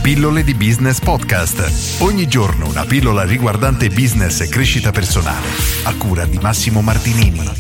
Pillole di Business Podcast. Ogni giorno una pillola riguardante business e crescita personale. A cura di Massimo Martinini.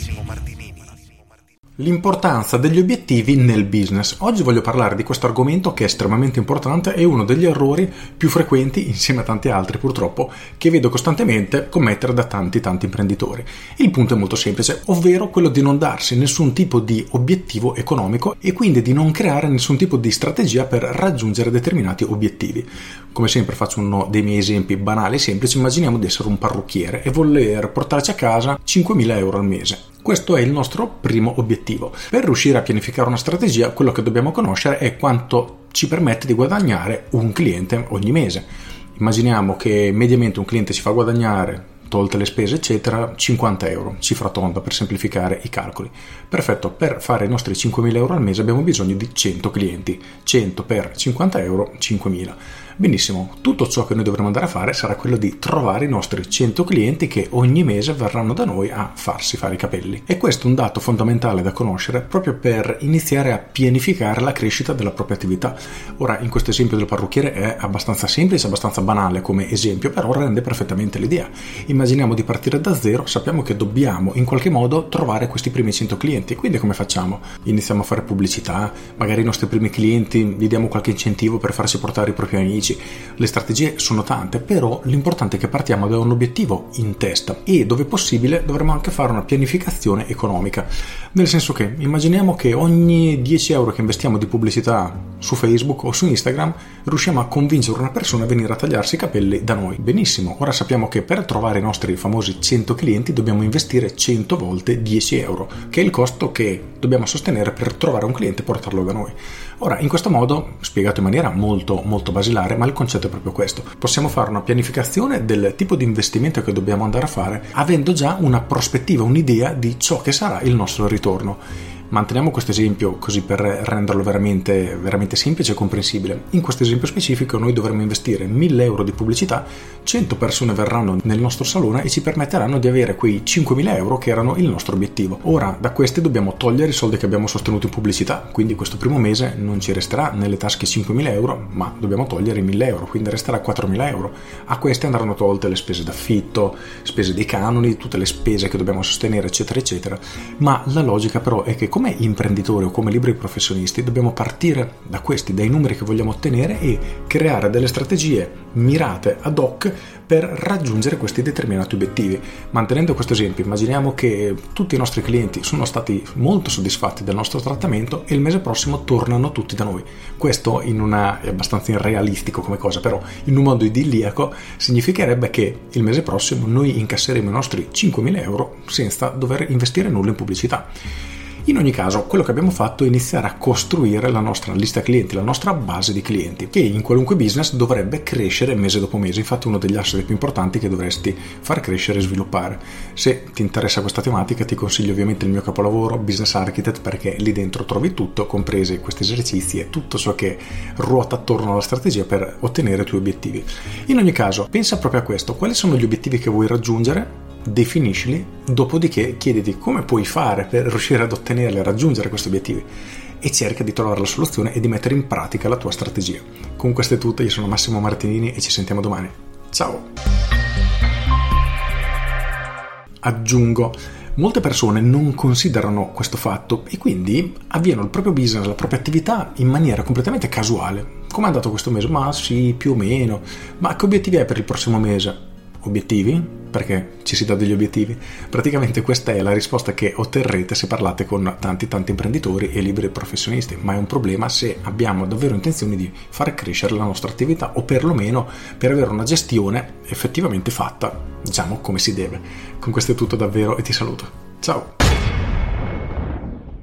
L'importanza degli obiettivi nel business. Oggi voglio parlare di questo argomento che è estremamente importante e uno degli errori più frequenti, insieme a tanti altri purtroppo, che vedo costantemente commettere da tanti imprenditori. Il punto è molto semplice, ovvero quello di non darsi nessun tipo di obiettivo economico e quindi di non creare nessun tipo di strategia per raggiungere determinati obiettivi. Come sempre faccio uno dei miei esempi banali e semplici. Immaginiamo di essere un parrucchiere e voler portarci a casa 5.000 euro al mese. Questo è il nostro primo obiettivo. Per riuscire a pianificare una strategia, quello che dobbiamo conoscere è quanto ci permette di guadagnare un cliente ogni mese. Immaginiamo che mediamente un cliente ci fa guadagnare, tolte le spese eccetera, 50 euro, cifra tonda per semplificare i calcoli. Perfetto, per fare i nostri 5.000 euro al mese abbiamo bisogno di 100 clienti. 100 per 50 euro, 5.000. Benissimo, tutto ciò che noi dovremo andare a fare sarà quello di trovare i nostri 100 clienti che ogni mese verranno da noi a farsi fare i capelli. E questo è un dato fondamentale da conoscere proprio per iniziare a pianificare la crescita della propria attività. Ora, in questo esempio del parrucchiere è abbastanza semplice, abbastanza banale come esempio, però rende perfettamente l'idea. Immaginiamo di partire da zero, sappiamo che dobbiamo in qualche modo trovare questi primi 100 clienti. Quindi come facciamo? Iniziamo a fare pubblicità, magari i nostri primi clienti gli diamo qualche incentivo per farsi portare i propri amici. Le strategie sono tante, però l'importante è che partiamo da un obiettivo in testa e dove possibile dovremo anche fare una pianificazione economica, nel senso che immaginiamo che ogni 10 euro che investiamo di pubblicità su Facebook o su Instagram riusciamo a convincere una persona a venire a tagliarsi i capelli da noi. Benissimo, ora sappiamo che per trovare i nostri famosi 100 clienti dobbiamo investire 100 volte 10 euro, che è il costo che dobbiamo sostenere per trovare un cliente e portarlo da noi. Ora, in questo modo, spiegato in maniera molto basilare, ma il concetto è proprio questo. Possiamo fare una pianificazione del tipo di investimento che dobbiamo andare a fare, avendo già una prospettiva, un'idea di ciò che sarà il nostro ritorno. Manteniamo questo esempio così per renderlo veramente semplice e comprensibile. In questo esempio specifico noi dovremo investire 1.000 euro di pubblicità, 100 persone verranno nel nostro salone e ci permetteranno di avere quei 5.000 euro che erano il nostro obiettivo. Ora, da questi dobbiamo togliere i soldi che abbiamo sostenuto in pubblicità, quindi questo primo mese non ci resterà nelle tasche 5.000 euro, ma dobbiamo togliere 1.000 euro, quindi resterà 4.000 euro. A queste andranno tolte le spese d'affitto, spese dei canoni, tutte le spese che dobbiamo sostenere, eccetera, eccetera. Ma la logica però è che come imprenditori o come liberi professionisti dobbiamo partire da questi, dai numeri che vogliamo ottenere e creare delle strategie mirate ad hoc per raggiungere questi determinati obiettivi. Mantenendo questo esempio, immaginiamo che tutti i nostri clienti sono stati molto soddisfatti del nostro trattamento e il mese prossimo tornano tutti da noi. Questo è abbastanza irrealistico come cosa, però in un modo idilliaco significherebbe che il mese prossimo noi incasseremo i nostri 5.000 euro senza dover investire nulla in pubblicità. In ogni caso, quello che abbiamo fatto è iniziare a costruire la nostra lista clienti, la nostra base di clienti, che in qualunque business dovrebbe crescere mese dopo mese. Infatti uno degli asset più importanti che dovresti far crescere e sviluppare. Se ti interessa questa tematica ti consiglio ovviamente il mio capolavoro Business Architect, perché lì dentro trovi tutto, compresi questi esercizi e tutto ciò che ruota attorno alla strategia per ottenere i tuoi obiettivi. In ogni caso, pensa proprio a questo: quali sono gli obiettivi che vuoi raggiungere? Definiscili, dopodiché chiediti come puoi fare per riuscire ad ottenerli e raggiungere questi obiettivi e cerca di trovare la soluzione e di mettere in pratica la tua strategia. Con questo è tutto, io sono Massimo Martinini e ci sentiamo domani. Ciao! Aggiungo, molte persone non considerano questo fatto e quindi avviano il proprio business, la propria attività in maniera completamente casuale. Come è andato questo mese? Ma sì, più o meno. Ma che obiettivi hai per il prossimo mese? Obiettivi? Perché ci si dà degli obiettivi? Praticamente questa è la risposta che otterrete se parlate con tanti imprenditori e liberi professionisti, ma è un problema se abbiamo davvero intenzione di far crescere la nostra attività o perlomeno per avere una gestione effettivamente fatta, diciamo come si deve. Con questo è tutto davvero e ti saluto. Ciao!